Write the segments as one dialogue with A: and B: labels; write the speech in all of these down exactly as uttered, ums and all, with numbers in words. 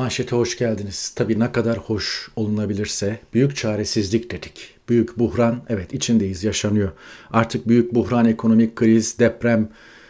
A: Manşete hoş geldiniz. Tabii ne kadar hoş olunabilirse büyük çaresizlik dedik. Büyük buhran, evet içindeyiz, yaşanıyor. Artık büyük buhran, ekonomik kriz, deprem,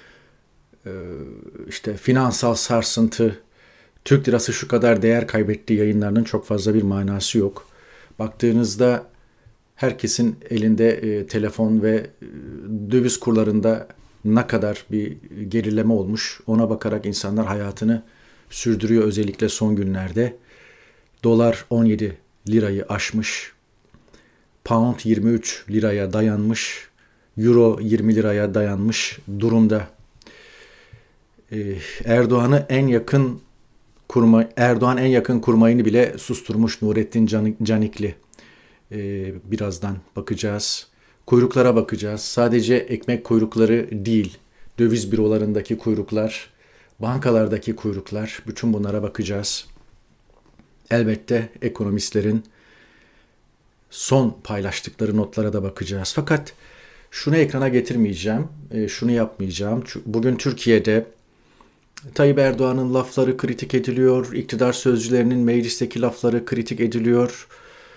A: işte finansal sarsıntı, Türk lirası şu kadar değer kaybetti yayınlarının çok fazla bir manası yok. Baktığınızda herkesin elinde e, telefon ve e, döviz kurlarında ne kadar bir gerileme olmuş ona bakarak insanlar hayatını sürdürüyor, özellikle son günlerde. Dolar on yedi lirayı aşmış, pound yirmi üç liraya dayanmış, euro yirmi liraya dayanmış durumda. Ee, Erdoğan'ı en yakın kurma, Erdoğan en yakın kurmayını bile susturmuş Nurettin Canikli. Ee, birazdan bakacağız. Kuyruklara bakacağız. Sadece ekmek kuyrukları değil, döviz bürolarındaki kuyruklar, bankalardaki kuyruklar, bütün bunlara bakacağız. Elbette ekonomistlerin son paylaştıkları notlara da bakacağız. Fakat şunu ekrana getirmeyeceğim, şunu yapmayacağım. Bugün Türkiye'de Tayyip Erdoğan'ın lafları kritik ediliyor, iktidar sözcülerinin meclisteki lafları kritik ediliyor.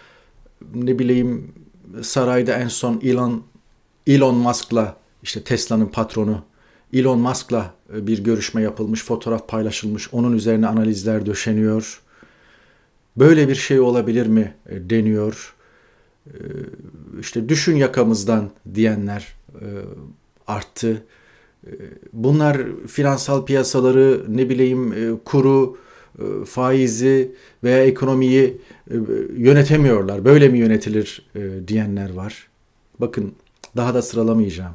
A: Ne bileyim, sarayda en son Elon, Elon Musk'la, işte Tesla'nın patronu Elon Musk'la bir görüşme yapılmış, fotoğraf paylaşılmış, onun üzerine analizler döşeniyor. Böyle bir şey olabilir mi deniyor. İşte düşün yakamızdan diyenler arttı. Bunlar finansal piyasaları, ne bileyim kuru, faizi veya ekonomiyi yönetemiyorlar. Böyle mi yönetilir diyenler var. Bakın, daha da sıralamayacağım.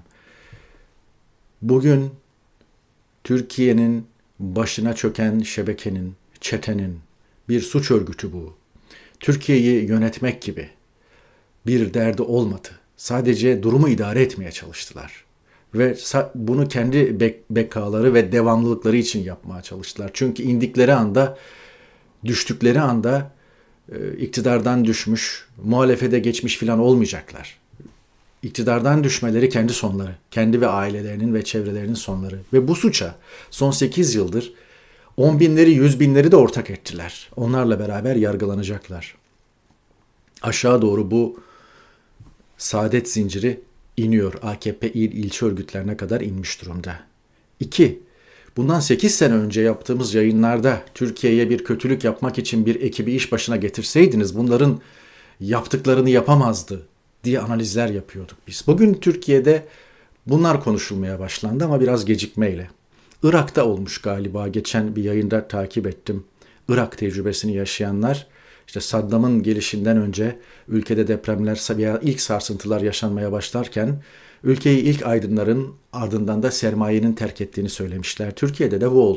A: Bugün Türkiye'nin başına çöken şebekenin, çetenin bir suç örgütü bu. Türkiye'yi yönetmek gibi bir derdi olmadı. Sadece durumu idare etmeye çalıştılar. Ve bunu kendi bekaları ve devamlılıkları için yapmaya çalıştılar. Çünkü indikleri anda, düştükleri anda iktidardan düşmüş, muhalefete geçmiş falan olmayacaklar. İktidardan düşmeleri kendi sonları, kendi ve ailelerinin ve çevrelerinin sonları. Ve bu suça son sekiz yıldır on binleri, yüz binleri de ortak ettiler. Onlarla beraber yargılanacaklar. Aşağı doğru bu saadet zinciri iniyor. A K P il ilçe örgütlerine kadar inmiş durumda. İki, bundan sekiz sene önce yaptığımız yayınlarda Türkiye'ye bir kötülük yapmak için bir ekibi iş başına getirseydiniz bunların yaptıklarını yapamazdı diye analizler yapıyorduk biz. Bugün Türkiye'de bunlar konuşulmaya başlandı ama biraz gecikmeyle. Irak'ta olmuş galiba, geçen bir yayında takip ettim. Irak tecrübesini yaşayanlar, işte Saddam'ın gelişinden önce ülkede depremler veya ilk sarsıntılar yaşanmaya başlarken ülkeyi ilk aydınların, ardından da sermayenin terk ettiğini söylemişler. Türkiye'de de bu oldu.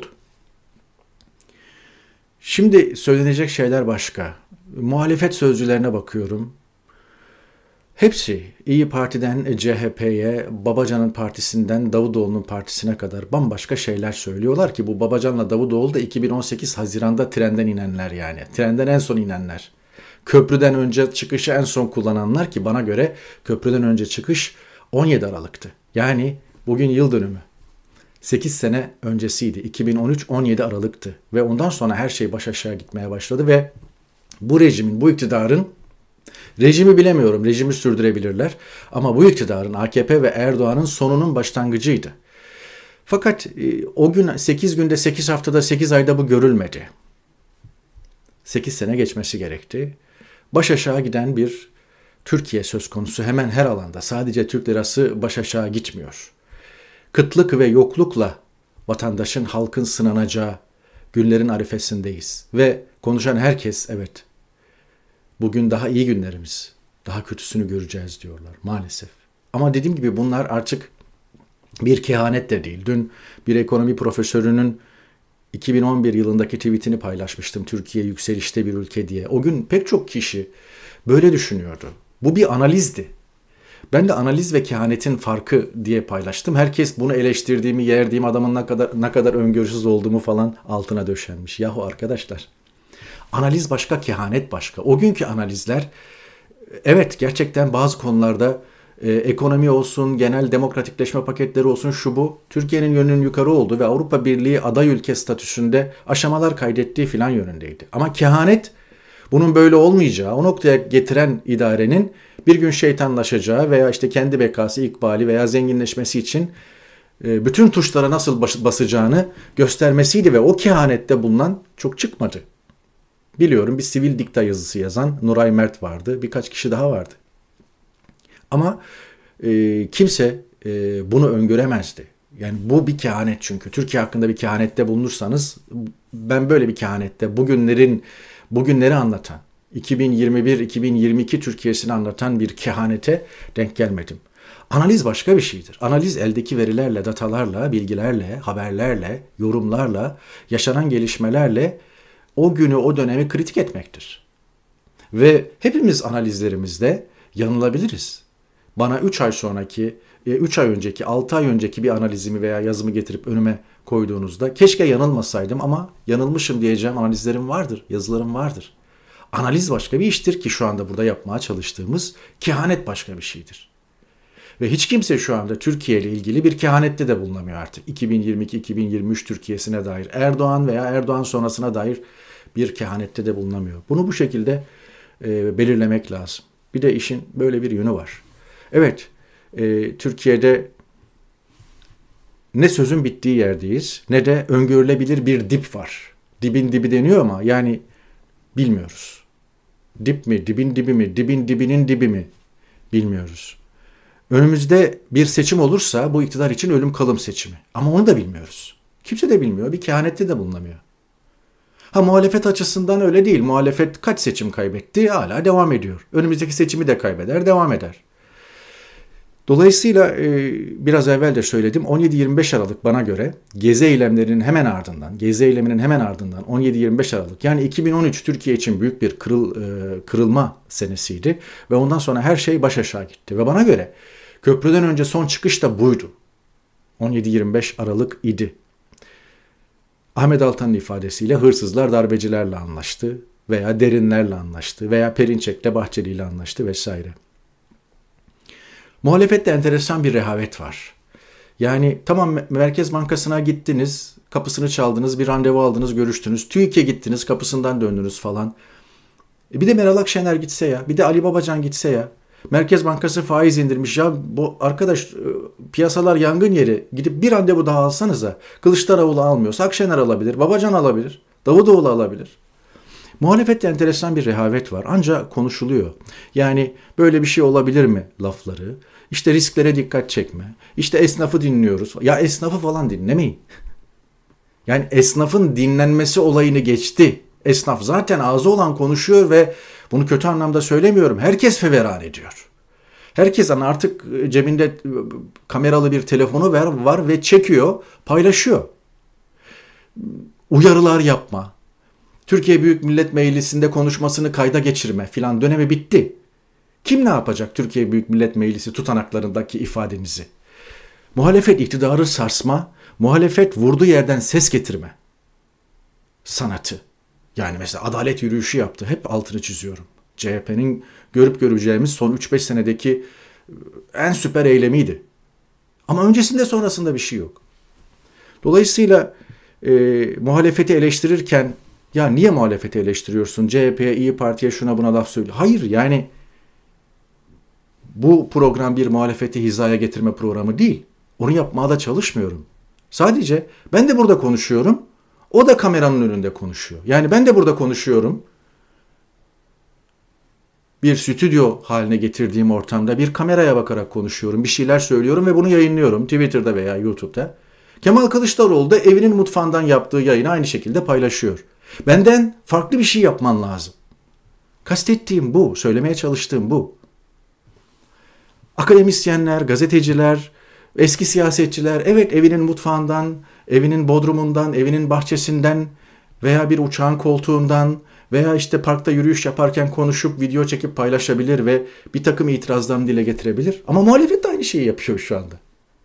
A: Şimdi söylenecek şeyler başka. Muhalefet sözcülerine bakıyorum. Hepsi İyi Parti'den C H P'ye, Babacan'ın partisinden Davutoğlu'nun partisine kadar bambaşka şeyler söylüyorlar ki bu Babacan'la Davutoğlu da iki bin on sekiz Haziran'da trenden inenler yani. Trenden en son inenler. Köprüden önce çıkışı en son kullananlar ki bana göre köprüden önce çıkış on yedi Aralık'tı. Yani bugün yıl dönümü. sekiz sene öncesiydi. iki bin on üç on yedi Aralık'tı. Ve ondan sonra her şey baş aşağı gitmeye başladı ve bu rejimin, bu iktidarın, rejimi bilemiyorum, rejimi sürdürebilirler ama bu iktidarın, A K P ve Erdoğan'ın sonunun başlangıcıydı. Fakat o gün sekiz günde, sekiz haftada, sekiz ayda bu görülmedi. sekiz sene geçmesi gerekti. Baş aşağı giden bir Türkiye söz konusu hemen her alanda. Sadece Türk lirası baş aşağı gitmiyor. Kıtlık ve yoklukla vatandaşın, halkın sınanacağı günlerin arifesindeyiz. Ve konuşan herkes evet, bugün daha iyi günlerimiz, daha kötüsünü göreceğiz diyorlar maalesef. Ama dediğim gibi bunlar artık bir kehanet de değil. Dün bir ekonomi profesörünün iki bin on bir yılındaki tweetini paylaşmıştım. Türkiye yükselişte bir ülke diye. O gün pek çok kişi böyle düşünüyordu. Bu bir analizdi. Ben de analiz ve kehanetin farkı diye paylaştım. Herkes bunu eleştirdiğimi, yerdiğim adamın ne kadar ne kadar öngörüsüz olduğumu falan altına döşenmiş. Yahu arkadaşlar, analiz başka, kehanet başka. O günkü analizler evet gerçekten bazı konularda e, ekonomi olsun, genel demokratikleşme paketleri olsun, şu bu. Türkiye'nin yönünün yukarı olduğu ve Avrupa Birliği aday ülke statüsünde aşamalar kaydettiği filan yönündeydi. Ama kehanet bunun böyle olmayacağı, o noktaya getiren idarenin bir gün şeytanlaşacağı veya işte kendi bekası, ikbali veya zenginleşmesi için bütün tuşlara nasıl basacağını göstermesiydi ve o kehanette bulunan çok çıkmadı. Biliyorum bir sivil dikta yazısı yazan Nuray Mert vardı, birkaç kişi daha vardı. Ama e, kimse e, bunu öngöremezdi. Yani bu bir kehanet çünkü. Türkiye hakkında bir kehanette bulunursanız ben böyle bir kehanette bugünlerin bugünleri anlatan, iki bin yirmi bir iki bin yirmi iki Türkiye'sini anlatan bir kehanete denk gelmedim. Analiz başka bir şeydir. Analiz eldeki verilerle, datalarla, bilgilerle, haberlerle, yorumlarla, yaşanan gelişmelerle o günü, o dönemi kritik etmektir. Ve hepimiz analizlerimizde yanılabiliriz. Bana üç ay sonraki, üç ay önceki, altı ay önceki bir analizimi veya yazımı getirip önüme koyduğunuzda keşke yanılmasaydım ama yanılmışım diyeceğim analizlerim vardır, yazılarım vardır. Analiz başka bir iştir ki şu anda burada yapmaya çalıştığımız, kehanet başka bir şeydir. Ve hiç kimse şu anda Türkiye ile ilgili bir kehanette de bulunamıyor artık. iki bin yirmi iki iki bin yirmi üç Türkiye'sine dair, Erdoğan veya Erdoğan sonrasına dair bir kehanette de bulunamıyor. Bunu bu şekilde e, belirlemek lazım. Bir de işin böyle bir yönü var. Evet, e, Türkiye'de ne sözün bittiği yerdeyiz ne de öngörülebilir bir dip var. Dibin dibi deniyor ama yani bilmiyoruz. Dip mi, dibin dibi mi, dibin dibinin dibi mi bilmiyoruz. Önümüzde bir seçim olursa bu iktidar için ölüm kalım seçimi. Ama onu da bilmiyoruz. Kimse de bilmiyor. Bir kehanette de bulunamıyor. Ha muhalefet açısından öyle değil. Muhalefet kaç seçim kaybetti? Hala devam ediyor. Önümüzdeki seçimi de kaybeder, devam eder. Dolayısıyla e, biraz evvel de söyledim. on yedi yirmi beş Aralık bana göre Gezi eylemlerinin hemen ardından, Gezi eyleminin hemen ardından on yedi yirmi beş Aralık yani iki bin on üç Türkiye için büyük bir kırıl, e, kırılma senesiydi ve ondan sonra her şey baş aşağı gitti ve bana göre köprüden önce son çıkış da buydu. on yedi yirmi beş Aralık idi. Ahmet Altan'ın ifadesiyle hırsızlar darbecilerle anlaştı veya derinlerle anlaştı veya Perinçek'le Bahçeli'yle anlaştı vesaire. Muhalefette enteresan bir rehavet var. Yani tamam Merkez Bankası'na gittiniz, kapısını çaldınız, bir randevu aldınız, görüştünüz. TÜİK'e gittiniz, kapısından döndünüz falan. E bir de Meral Akşener gitse ya, bir de Ali Babacan gitse ya. Merkez Bankası faiz indirmiş ya bu arkadaş piyasalar yangın yeri gidip bir randevu daha alsanıza. Kılıçdaroğlu almıyorsa Akşener alabilir, Babacan alabilir, Davutoğlu alabilir. Muhalefette enteresan bir rehavet var ancak konuşuluyor. Yani böyle bir şey olabilir mi lafları? İşte risklere dikkat çekme. İşte esnafı dinliyoruz. Ya esnafı falan dinlemeyin. Yani esnafın dinlenmesi olayını geçti. Esnaf zaten ağzı olan konuşuyor ve bunu kötü anlamda söylemiyorum. Herkes feveran ediyor. Herkes artık cebinde kameralı bir telefonu var, var ve çekiyor, paylaşıyor. Uyarılar yapma. Türkiye Büyük Millet Meclisi'nde konuşmasını kayda geçirme filan dönemi bitti. Kim ne yapacak Türkiye Büyük Millet Meclisi tutanaklarındaki ifadenizi? Muhalefet iktidarı sarsma, muhalefet vurduğu yerden ses getirme sanatı. Yani mesela adalet yürüyüşü yaptı. Hep altını çiziyorum. C H P'nin görüp göreceğimiz son üç beş senedeki en süper eylemiydi. Ama öncesinde sonrasında bir şey yok. Dolayısıyla e, muhalefeti eleştirirken ya niye muhalefeti eleştiriyorsun? C H P'ye, İyi Parti'ye şuna buna laf söyle. Hayır yani bu program bir muhalefeti hizaya getirme programı değil. Onu yapmaya da çalışmıyorum. Sadece ben de burada konuşuyorum. O da kameranın önünde konuşuyor. Yani ben de burada konuşuyorum. Bir stüdyo haline getirdiğim ortamda bir kameraya bakarak konuşuyorum. Bir şeyler söylüyorum ve bunu yayınlıyorum Twitter'da veya YouTube'da. Kemal Kılıçdaroğlu da evinin mutfağından yaptığı yayını aynı şekilde paylaşıyor. Benden farklı bir şey yapman lazım. Kastettiğim bu, söylemeye çalıştığım bu. Akademisyenler, gazeteciler, eski siyasetçiler evet evinin mutfağından, evinin bodrumundan, evinin bahçesinden veya bir uçağın koltuğundan veya işte parkta yürüyüş yaparken konuşup video çekip paylaşabilir ve bir takım itirazlarını dile getirebilir. Ama muhalefet de aynı şeyi yapıyor şu anda.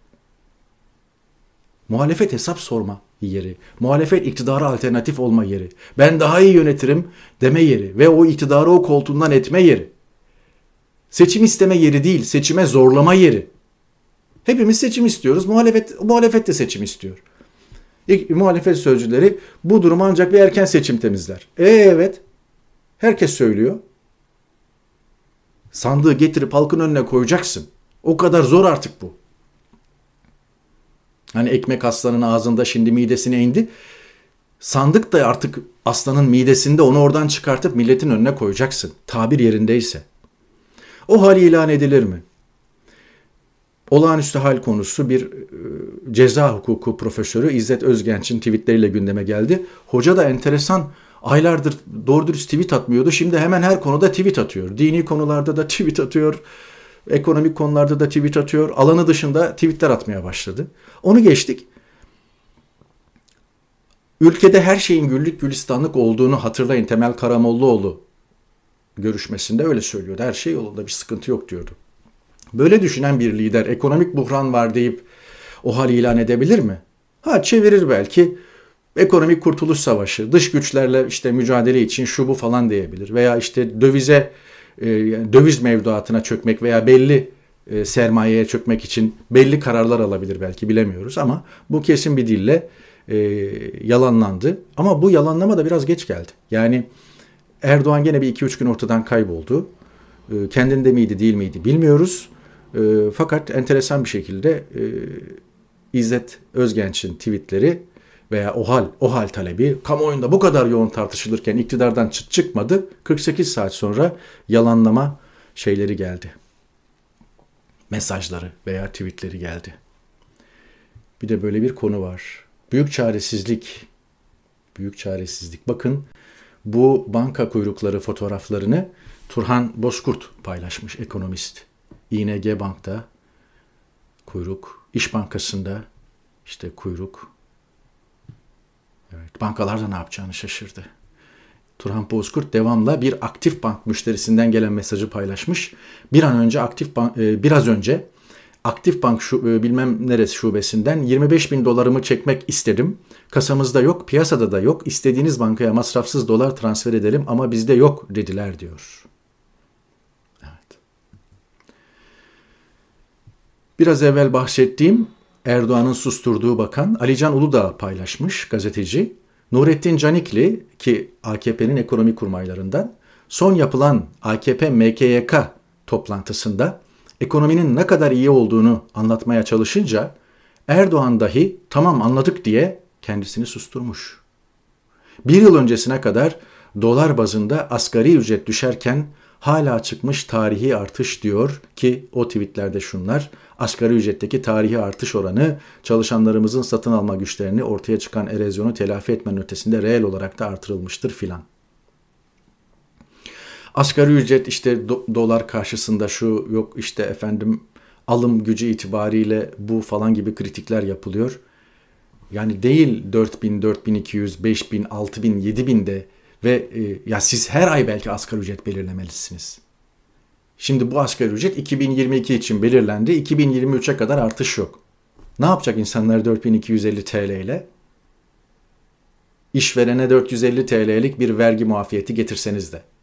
A: Muhalefet hesap sorma yeri. Muhalefet iktidara alternatif olma yeri. Ben daha iyi yönetirim deme yeri ve o iktidarı o koltuğundan etme yeri. Seçim isteme yeri değil, seçime zorlama yeri. Hepimiz seçim istiyoruz. Muhalefet, muhalefet de seçim istiyor. İlk, muhalefet sözcüleri bu durumu ancak bir erken seçim temizler. E evet. Herkes söylüyor. Sandığı getirip halkın önüne koyacaksın. O kadar zor artık bu. Hani ekmek aslanın ağzında, şimdi midesine indi. Sandık da artık aslanın midesinde, onu oradan çıkartıp milletin önüne koyacaksın. Tabir yerindeyse. O hal ilan edilir mi? Olağanüstü hal konusu bir e, ceza hukuku profesörü İzzet Özgenç'in tweetleriyle gündeme geldi. Hoca da enteresan, aylardır doğru dürüst tweet atmıyordu. Şimdi hemen her konuda tweet atıyor. Dini konularda da tweet atıyor. Ekonomik konularda da tweet atıyor. Alanı dışında tweetler atmaya başladı. Onu geçtik. Ülkede her şeyin güllük gülistanlık olduğunu hatırlayın. Temel Karamollaoğlu görüşmesinde öyle söylüyordu. Her şey yolunda, bir sıkıntı yok diyordu. Böyle düşünen bir lider ekonomik buhran var deyip o hal ilan edebilir mi? Ha, çevirir belki. Ekonomik kurtuluş savaşı, dış güçlerle işte mücadele için şu bu falan diyebilir. Veya işte dövize, e, döviz mevduatına çökmek veya belli e, sermayeye çökmek için belli kararlar alabilir belki, bilemiyoruz. Ama bu kesin bir dille e, yalanlandı. Ama bu yalanlama da biraz geç geldi. Yani Erdoğan gene bir iki üç gün ortadan kayboldu. E, kendinde miydi değil miydi bilmiyoruz. E, fakat enteresan bir şekilde e, İzzet Özgenç'in tweetleri veya o hal, o hal talebi kamuoyunda bu kadar yoğun tartışılırken iktidardan çıt çıkmadı. kırk sekiz saat sonra yalanlama şeyleri geldi. Mesajları veya tweetleri geldi. Bir de böyle bir konu var. Büyük çaresizlik. Büyük çaresizlik. Bakın, bu banka kuyrukları fotoğraflarını Turhan Bozkurt paylaşmış, ekonomist. İ N G Bank'ta kuyruk, İş Bankası'nda işte kuyruk. Evet, bankalar da ne yapacağını şaşırdı. Turhan Bozkurt devamla bir Aktif Bank müşterisinden gelen mesajı paylaşmış. Bir an önce Aktif Bank, biraz önce Aktif Bank şu, bilmem neresi şubesinden yirmi beş bin dolarımı çekmek istedim. Kasamızda yok, piyasada da yok. İstediğiniz bankaya masrafsız dolar transfer edelim ama bizde yok dediler diyor. Evet. Biraz evvel bahsettiğim Erdoğan'ın susturduğu bakan Alican Uludağ paylaşmış, gazeteci. Nurettin Canikli, ki A K P'nin ekonomi kurmaylarından, son yapılan A K P M K Y K toplantısında ekonominin ne kadar iyi olduğunu anlatmaya çalışınca Erdoğan dahi tamam anladık diye kendisini susturmuş. Bir yıl öncesine kadar dolar bazında asgari ücret düşerken hala çıkmış tarihi artış diyor ki o tweetlerde şunlar: asgari ücretteki tarihi artış oranı çalışanlarımızın satın alma güçlerini, ortaya çıkan erozyonu telafi etmenin ötesinde reel olarak da artırılmıştır filan. Asgari ücret işte do- dolar karşısında şu, yok işte efendim alım gücü itibariyle bu falan gibi kritikler yapılıyor. Yani değil dört bin, dört bin iki yüz, beş bin, altı bin, yedi bin de ve e, ya siz her ay belki asgari ücret belirlemelisiniz. Şimdi bu asgari ücret iki bin yirmi iki için belirlendi. iki bin yirmi üçe kadar artış yok. Ne yapacak insanlar dört bin iki yüz elli T L ile? İşverene dört yüz elli T L'lik bir vergi muafiyeti getirseniz de.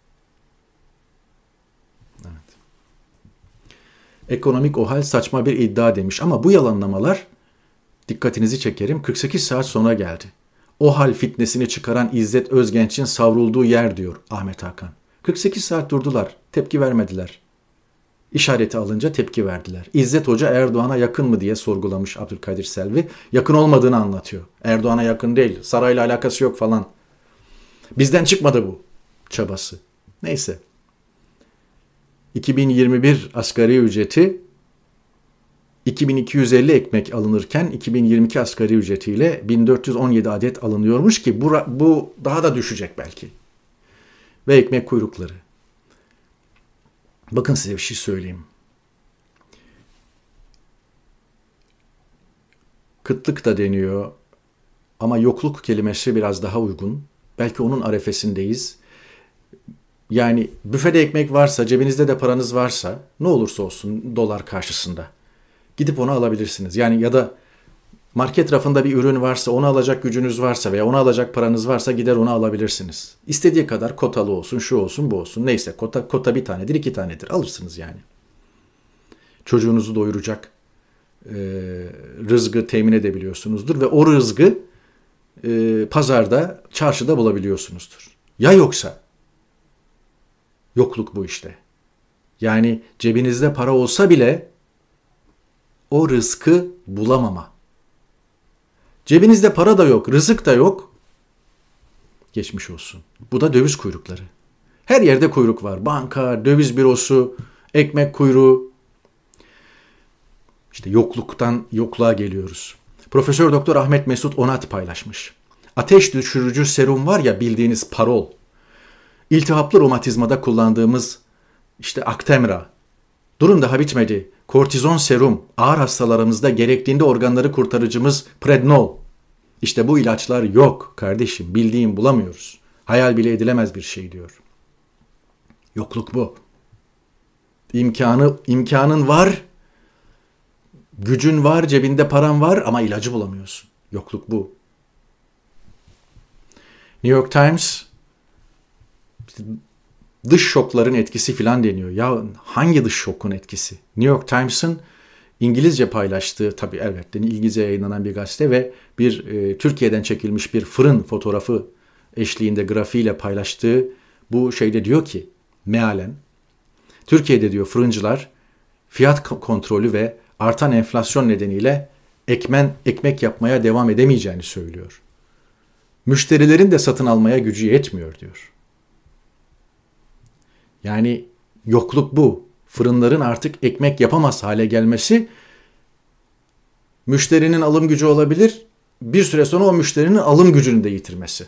A: Evet. Ekonomik o hal saçma bir iddia demiş ama bu yalanlamalar, dikkatinizi çekerim, kırk sekiz saat sonra geldi. O hal fitnesini çıkaran İzzet Özgenç'in savrulduğu yer diyor Ahmet Hakan. kırk sekiz saat durdular, tepki vermediler. İşareti alınca tepki verdiler. İzzet Hoca Erdoğan'a yakın mı diye sorgulamış Abdülkadir Selvi. Yakın olmadığını anlatıyor. Erdoğan'a yakın değil, sarayla alakası yok falan. Bizden çıkmadı bu çabası. Neyse. iki bin yirmi bir asgari ücreti iki bin iki yüz elli ekmek alınırken iki bin yirmi iki asgari ücretiyle bin dört yüz on yedi adet alınıyormuş ki bu, bu daha da düşecek belki. Ve ekmek kuyrukları. Bakın size bir şey söyleyeyim. Kıtlık da deniyor ama yokluk kelimesi biraz daha uygun. Belki onun arefesindeyiz. Yani büfede ekmek varsa, cebinizde de paranız varsa, ne olursa olsun dolar karşısında gidip onu alabilirsiniz. Yani ya da Market rafında bir ürün varsa, onu alacak gücünüz varsa veya onu alacak paranız varsa gider onu alabilirsiniz. İstediği kadar kotalı olsun, şu olsun, bu olsun. Neyse kota, kota bir tanedir, iki tanedir. Alırsınız yani. Çocuğunuzu doyuracak e, rızgı temin edebiliyorsunuzdur ve o rızgı e, pazarda, çarşıda bulabiliyorsunuzdur. Ya yoksa? Yokluk bu işte. Yani cebinizde para olsa bile o rızkı bulamama. Cebinizde para da yok, rızık da yok. Geçmiş olsun. Bu da döviz kuyrukları. Her yerde kuyruk var. Banka, döviz bürosu, ekmek kuyruğu. İşte yokluktan yokluğa geliyoruz. Profesör Doktor Ahmet Mesut Onat paylaşmış. Ateş düşürücü serum var ya, bildiğiniz parol. İltihaplı romatizmada kullandığımız işte Actemra. Durun daha bitmedi. Kortizon serum, ağır hastalarımızda gerektiğinde organları kurtarıcımız Prednol. İşte bu ilaçlar yok kardeşim, bildiğim bulamıyoruz. Hayal bile edilemez bir şey diyor. Yokluk bu. İmkanı, imkanın var, gücün var, cebinde paran var ama ilacı bulamıyorsun. Yokluk bu. New York Times dış şokların etkisi filan deniyor. Ya hangi dış şokun etkisi? New York Times'ın İngilizce paylaştığı, tabii elbette İngilizce yayınlanan bir gazete ve bir e, Türkiye'den çekilmiş bir fırın fotoğrafı eşliğinde grafiğiyle paylaştığı bu şeyde diyor ki mealen Türkiye'de diyor fırıncılar fiyat kontrolü ve artan enflasyon nedeniyle ekmen, ekmek yapmaya devam edemeyeceğini söylüyor. Müşterilerin de satın almaya gücü yetmiyor diyor. Yani yokluk bu. Fırınların artık ekmek yapamaz hale gelmesi, müşterinin alım gücü olabilir, bir süre sonra o müşterinin alım gücünü de yitirmesi.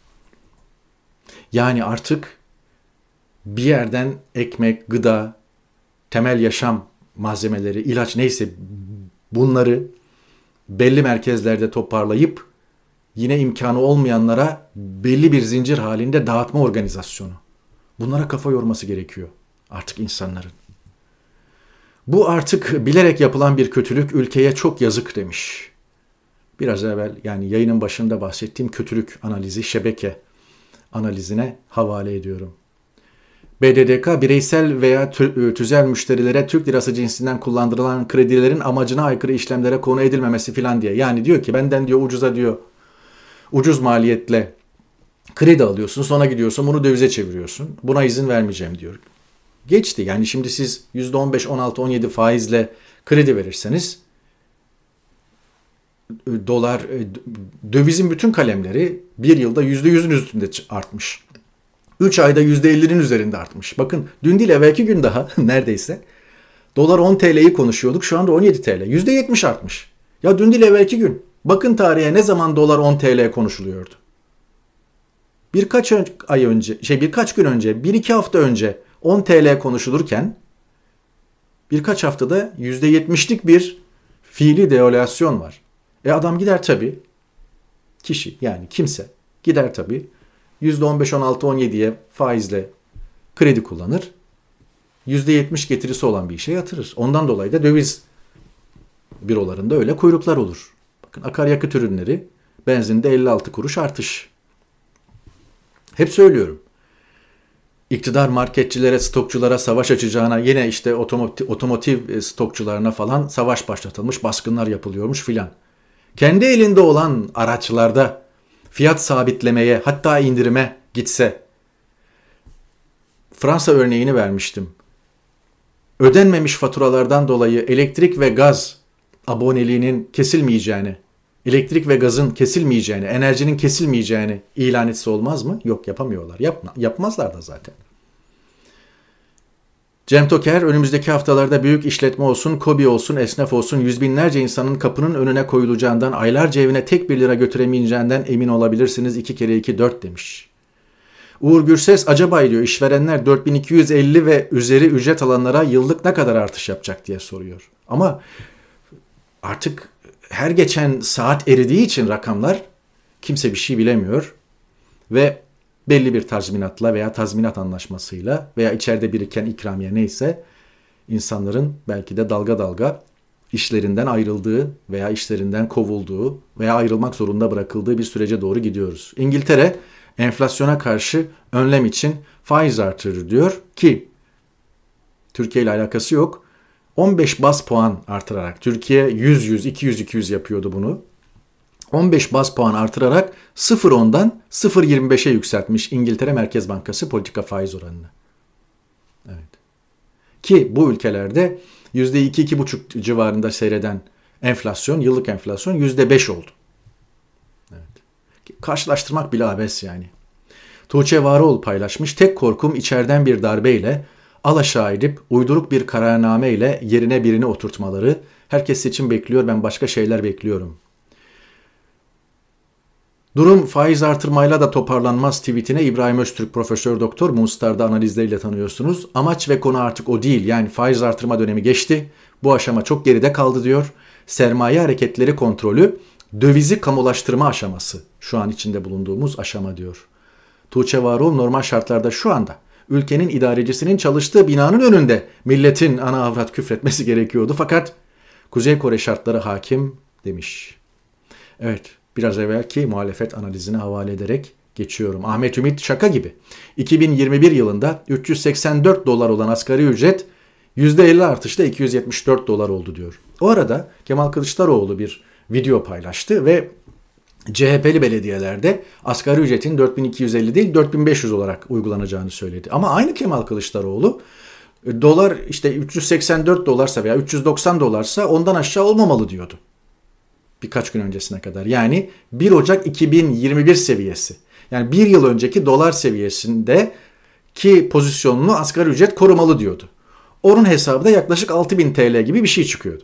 A: Yani artık bir yerden ekmek, gıda, temel yaşam malzemeleri, ilaç neyse bunları belli merkezlerde toparlayıp yine imkanı olmayanlara belli bir zincir halinde dağıtma organizasyonu. Bunlara kafa yorması gerekiyor artık insanların. Bu artık bilerek yapılan bir kötülük, ülkeye çok yazık demiş. Biraz evvel yani yayının başında bahsettiğim kötülük analizi, şebeke analizine havale ediyorum. B D D K bireysel veya tüzel müşterilere Türk lirası cinsinden kullandırılan kredilerin amacına aykırı işlemlere konu edilmemesi filan diye. Yani diyor ki benden diyor ucuza diyor ucuz maliyetle kredi alıyorsun, sonra gidiyorsun bunu dövize çeviriyorsun. Buna izin vermeyeceğim diyor. Geçti. Yani şimdi siz yüzde on beş, on altı, on yedi faizle kredi verirseniz dolar, dövizin bütün kalemleri bir yılda yüzde yüzün üstünde artmış. üç ayda yüzde ellinin üzerinde artmış. Bakın dün değil evvelki gün daha neredeyse dolar on T L'yi konuşuyorduk. Şu anda on yedi T L. yüzde yetmiş artmış. Ya dün değil evvelki gün. Bakın tarihe ne zaman dolar on T L konuşuluyordu. Birkaç ay önce, şey birkaç gün önce, bir iki hafta önce on T L konuşulurken birkaç haftada yüzde yetmişlik bir fiili devalüasyon var. E adam gider tabii, kişi yani kimse gider tabii yüzde on beş, on altı, on yediye faizle kredi kullanır. yüzde yetmiş getirisi olan bir işe yatırır. Ondan dolayı da döviz bürolarında öyle kuyruklar olur. Bakın akaryakıt ürünleri benzinde elli altı kuruş artış. Hep söylüyorum. İktidar marketçilere, stokçulara savaş açacağına yine işte otomotiv, otomotiv stokçularına falan savaş başlatılmış, baskınlar yapılıyormuş filan. Kendi elinde olan araçlarda fiyat sabitlemeye hatta indirime gitse, Fransa örneğini vermiştim. Ödenmemiş faturalardan dolayı elektrik ve gaz aboneliğinin kesilmeyeceğini, elektrik ve gazın kesilmeyeceğini, enerjinin kesilmeyeceğini ilan etse olmaz mı? Yok, yapamıyorlar. Yapma, yapmazlar da zaten. Cem Toker önümüzdeki haftalarda büyük işletme olsun, KOBİ olsun, esnaf olsun yüz binlerce insanın kapının önüne koyulacağından, aylarca evine tek bir lira götüremeyeceğinden emin olabilirsiniz. iki kere iki dört demiş. Uğur Gürses acaba diyor işverenler dört bin iki yüz elli ve üzeri ücret alanlara yıllık ne kadar artış yapacak diye soruyor. Ama artık her geçen saat eridiği için rakamlar kimse bir şey bilemiyor ve belli bir tazminatla veya tazminat anlaşmasıyla veya içeride biriken ikramiye neyse insanların belki de dalga dalga işlerinden ayrıldığı veya işlerinden kovulduğu veya ayrılmak zorunda bırakıldığı bir sürece doğru gidiyoruz. İngiltere enflasyona karşı önlem için faiz artırır diyor ki Türkiye ile alakası yok. on beş baz puan artırarak, Türkiye yüz yüz, iki yüz iki yüz yapıyordu bunu. on beş baz puan artırarak sıfır virgül ondan sıfır virgül yirmi beşe yükseltmiş İngiltere Merkez Bankası politika faiz oranını. Evet. Ki bu ülkelerde yüzde iki iki buçuk civarında seyreden enflasyon, yıllık enflasyon yüzde beş oldu. Evet. Karşılaştırmak bile abes yani. Tuğçe Varoğlu paylaşmış. Tek korkum içeriden bir darbeyle alaşağı edip uyduruk bir kararname ile yerine birini oturtmaları. Herkes seçim bekliyor, ben başka şeyler bekliyorum. Durum faiz artırmayla da toparlanmaz tweetine İbrahim Öztürk Profesör Doktor Moonstar'da analizleriyle tanıyorsunuz. Amaç ve konu artık o değil. Yani faiz artırma dönemi geçti. Bu aşama çok geride kaldı diyor. Sermaye hareketleri kontrolü, dövizi kamulaştırma aşaması. Şu an içinde bulunduğumuz aşama diyor. Tuğçe Varoğlu normal şartlarda şu anda ülkenin idarecisinin çalıştığı binanın önünde milletin ana avrat küfretmesi gerekiyordu. Fakat Kuzey Kore şartları hakim demiş. Evet, biraz evvelki muhalefet analizine havale ederek geçiyorum. Ahmet Ümit şaka gibi. iki bin yirmi bir yılında üç yüz seksen dört dolar olan asgari ücret yüzde elli artışla iki yüz yetmiş dört dolar oldu diyor. O arada Kemal Kılıçdaroğlu bir video paylaştı ve C H P'li belediyelerde asgari ücretin dört bin iki yüz elli değil dört bin beş yüz olarak uygulanacağını söyledi. Ama aynı Kemal Kılıçdaroğlu dolar işte üç yüz seksen dört dolarsa veya üç yüz doksan dolarsa ondan aşağı olmamalı diyordu. Birkaç gün öncesine kadar. Yani bir Ocak iki bin yirmi bir seviyesi. Yani bir yıl önceki dolar seviyesinde ki pozisyonunu asgari ücret korumalı diyordu. Onun hesabı da yaklaşık altı bin T L gibi bir şey çıkıyordu.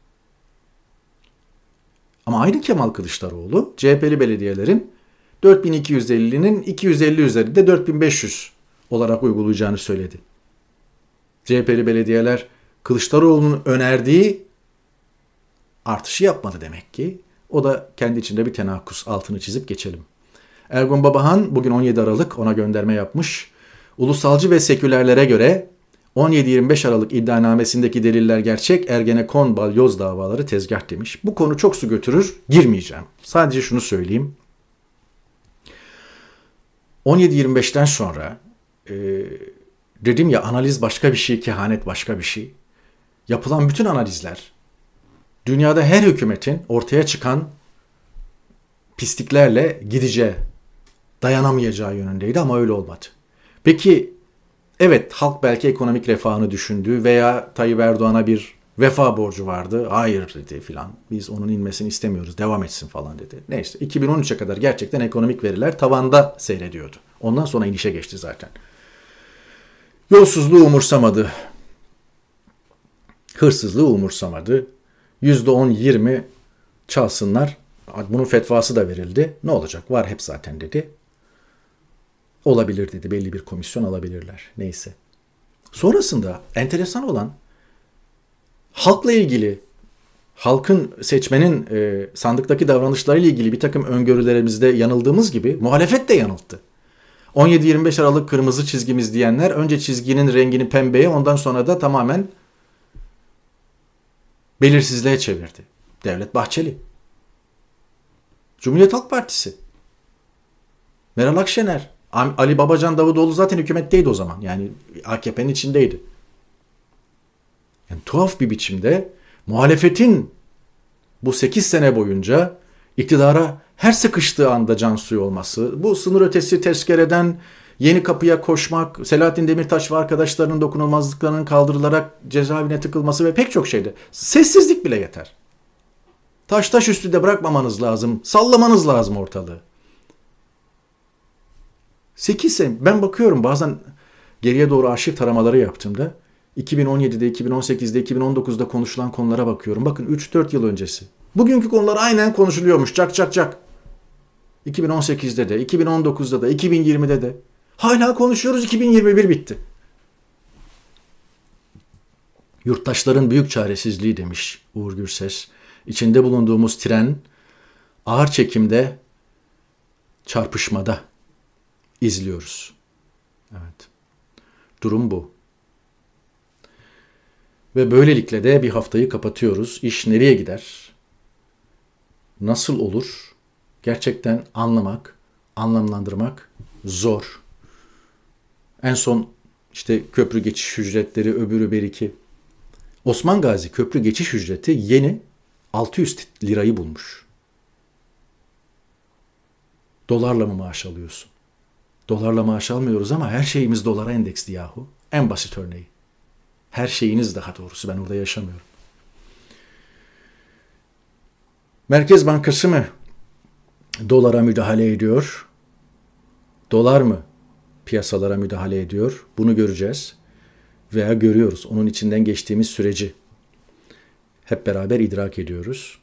A: Ama aynı Kemal Kılıçdaroğlu C H P'li belediyelerin dört bin iki yüz ellinin iki yüz elli üzerinde dört bin beş yüz olarak uygulayacağını söyledi. C H P'li belediyeler Kılıçdaroğlu'nun önerdiği artışı yapmadı demek ki. O da kendi içinde bir tenakkuz, altını çizip geçelim. Ergun Babahan bugün on yedi Aralık ona gönderme yapmış. Ulusalcı ve sekülerlere göre on yedi yirmi beş Aralık iddianamesindeki deliller gerçek, Ergenekon, Balyoz davaları tezgah demiş. Bu konu çok su götürür, girmeyeceğim. Sadece şunu söyleyeyim. on yedi yirmi beşten sonra e, dedim ya analiz başka bir şey, kehanet başka bir şey. Yapılan bütün analizler, dünyada her hükümetin ortaya çıkan pisliklerle gideceği, dayanamayacağı yönündeydi ama öyle olmadı. Peki, evet halk belki ekonomik refahını düşündü veya Tayyip Erdoğan'a bir vefa borcu vardı. Hayır dedi filan. Biz onun inmesini istemiyoruz. Devam etsin falan dedi. Neyse iki bin on üçe kadar gerçekten ekonomik veriler tavanda seyrediyordu. Ondan sonra inişe geçti zaten. Yolsuzluğu umursamadı. Hırsızlığı umursamadı. yüzde on yirmi çalsınlar. Bunun fetvası da verildi. Ne olacak? Var hep zaten dedi. Olabilir dedi. Belli bir komisyon alabilirler. Neyse. Sonrasında enteresan olan halkla ilgili, halkın, seçmenin e, sandıktaki davranışlarıyla ilgili bir takım öngörülerimizde yanıldığımız gibi muhalefet de yanılttı. on yedi yirmi beş Aralık kırmızı çizgimiz diyenler önce çizginin rengini pembeye ondan sonra da tamamen belirsizliğe çevirdi. Devlet Bahçeli. Cumhuriyet Halk Partisi. Meral Akşener. Ali Babacan Davutoğlu zaten hükümetteydi o zaman. Yani A K P'nin içindeydi. Yani tuhaf bir biçimde muhalefetin bu sekiz sene boyunca iktidara her sıkıştığı anda can suyu olması, bu sınır ötesi tezkereden yeni kapıya koşmak, Selahattin Demirtaş ve arkadaşlarının dokunulmazlıklarının kaldırılarak cezaevine tıkılması ve pek çok şeyde. Sessizlik bile yeter. Taş taş üstünde bırakmamanız lazım. Sallamanız lazım ortalığı. sekiz sene. Ben bakıyorum bazen geriye doğru arşiv taramaları yaptığımda iki bin on yedide, iki bin on sekizde, iki bin on dokuzda konuşulan konulara bakıyorum. Bakın üç dört yıl öncesi. Bugünkü konular aynen konuşuluyormuş. Çak çak çak. iki bin on sekizde de, iki bin on dokuzda da, iki bin yirmide de. Hala konuşuyoruz. iki bin yirmi bir bitti. Yurttaşların büyük çaresizliği demiş Uğur Gürses. İçinde bulunduğumuz tren ağır çekimde, çarpışmada izliyoruz. Evet. Durum bu. Ve böylelikle de bir haftayı kapatıyoruz. İş nereye gider? Nasıl olur? Gerçekten anlamak, anlamlandırmak zor. En son işte köprü geçiş ücretleri, öbürü beriki. Osman Gazi köprü geçiş ücreti yeni altı yüz lirayı bulmuş. Dolarla mı maaş alıyorsun? Dolarla maaş almıyoruz ama her şeyimiz dolara endeksli yahu. En basit örneği. Her şeyiniz daha doğrusu, ben orada yaşamıyorum. Merkez Bankası mı dolara müdahale ediyor? Dolar mı piyasalara müdahale ediyor? Bunu göreceğiz. Veya görüyoruz. Onun içinden geçtiğimiz süreci hep beraber idrak ediyoruz.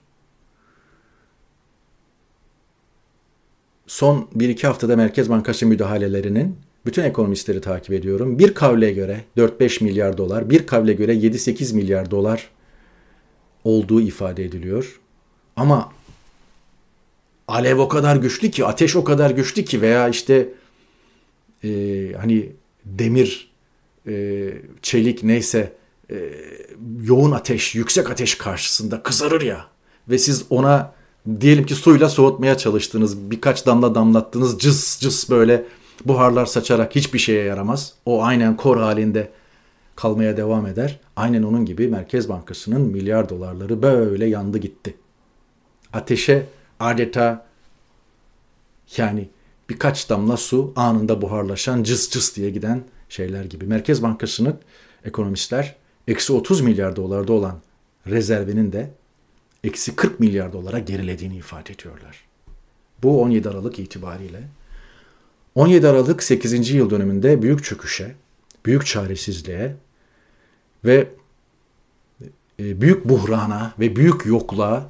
A: Son bir iki haftada Merkez Bankası müdahalelerinin bütün ekonomistleri takip ediyorum. Bir kavle göre dört beş milyar dolar, bir kavle göre yedi sekiz milyar dolar olduğu ifade ediliyor. Ama alev o kadar güçlü ki, ateş o kadar güçlü ki veya işte e, hani demir, e, çelik neyse e, yoğun ateş, yüksek ateş karşısında kızarır ya ve siz ona diyelim ki suyla soğutmaya çalıştınız, birkaç damla damlattınız, cız cız böyle buharlar saçarak hiçbir şeye yaramaz. O aynen kor halinde kalmaya devam eder. Aynen onun gibi Merkez Bankası'nın milyar dolarları böyle yandı gitti. Ateşe adeta yani birkaç damla su anında buharlaşan, cız cız diye giden şeyler gibi. Merkez Bankası'nın ekonomistler eksi otuz milyar dolarda olan rezervinin de eksi kırk milyar dolara gerilediğini ifade ediyorlar. Bu on yedi Aralık itibariyle. on yedi Aralık sekizinci yıl dönümünde büyük çöküşe, büyük çaresizliğe ve büyük buhrana ve büyük yokluğa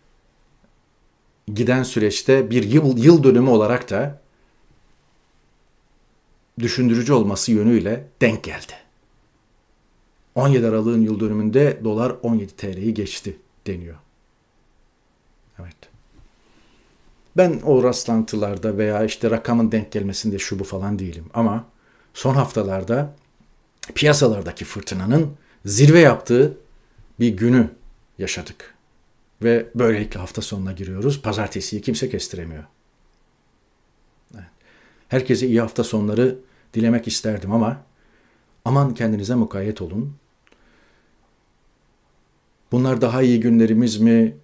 A: giden süreçte bir yıl, yıl dönümü olarak da düşündürücü olması yönüyle denk geldi. on yedi Aralık'ın yıl dönümünde dolar on yedi T L'yi geçti deniyor. Evet. Ben o rastlantılarda veya işte rakamın denk gelmesinde şu bu falan değilim. Ama son haftalarda piyasalardaki fırtınanın zirve yaptığı bir günü yaşadık. Ve böylelikle hafta sonuna giriyoruz. Pazartesiyi kimse kestiremiyor. Herkese iyi hafta sonları dilemek isterdim ama aman kendinize mukayyet olun. Bunlar daha iyi günlerimiz mi?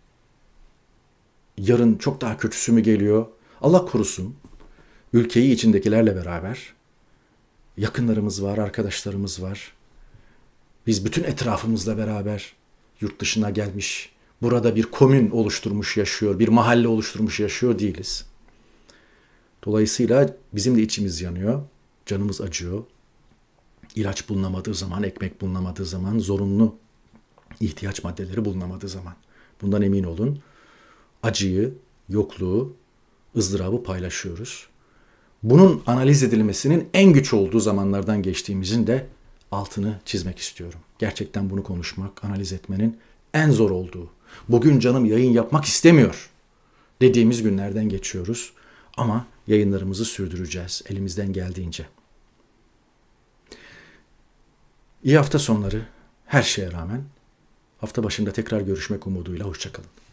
A: Yarın çok daha kötüsü mü geliyor? Allah korusun. Ülkeyi içindekilerle beraber yakınlarımız var, arkadaşlarımız var. Biz bütün etrafımızla beraber yurt dışına gelmiş, burada bir komün oluşturmuş yaşıyor, bir mahalle oluşturmuş yaşıyor değiliz. Dolayısıyla bizim de içimiz yanıyor, canımız acıyor. İlaç bulunamadığı zaman, ekmek bulunamadığı zaman, zorunlu ihtiyaç maddeleri bulunamadığı zaman. Bundan emin olun. Acıyı, yokluğu, ızdırabı paylaşıyoruz. Bunun analiz edilmesinin en güç olduğu zamanlardan geçtiğimizin de altını çizmek istiyorum. Gerçekten bunu konuşmak, analiz etmenin en zor olduğu. Bugün canım yayın yapmak istemiyor dediğimiz günlerden geçiyoruz. Ama yayınlarımızı sürdüreceğiz elimizden geldiğince. İyi hafta sonları her şeye rağmen. Hafta başında tekrar görüşmek umuduyla. Hoşça kalın.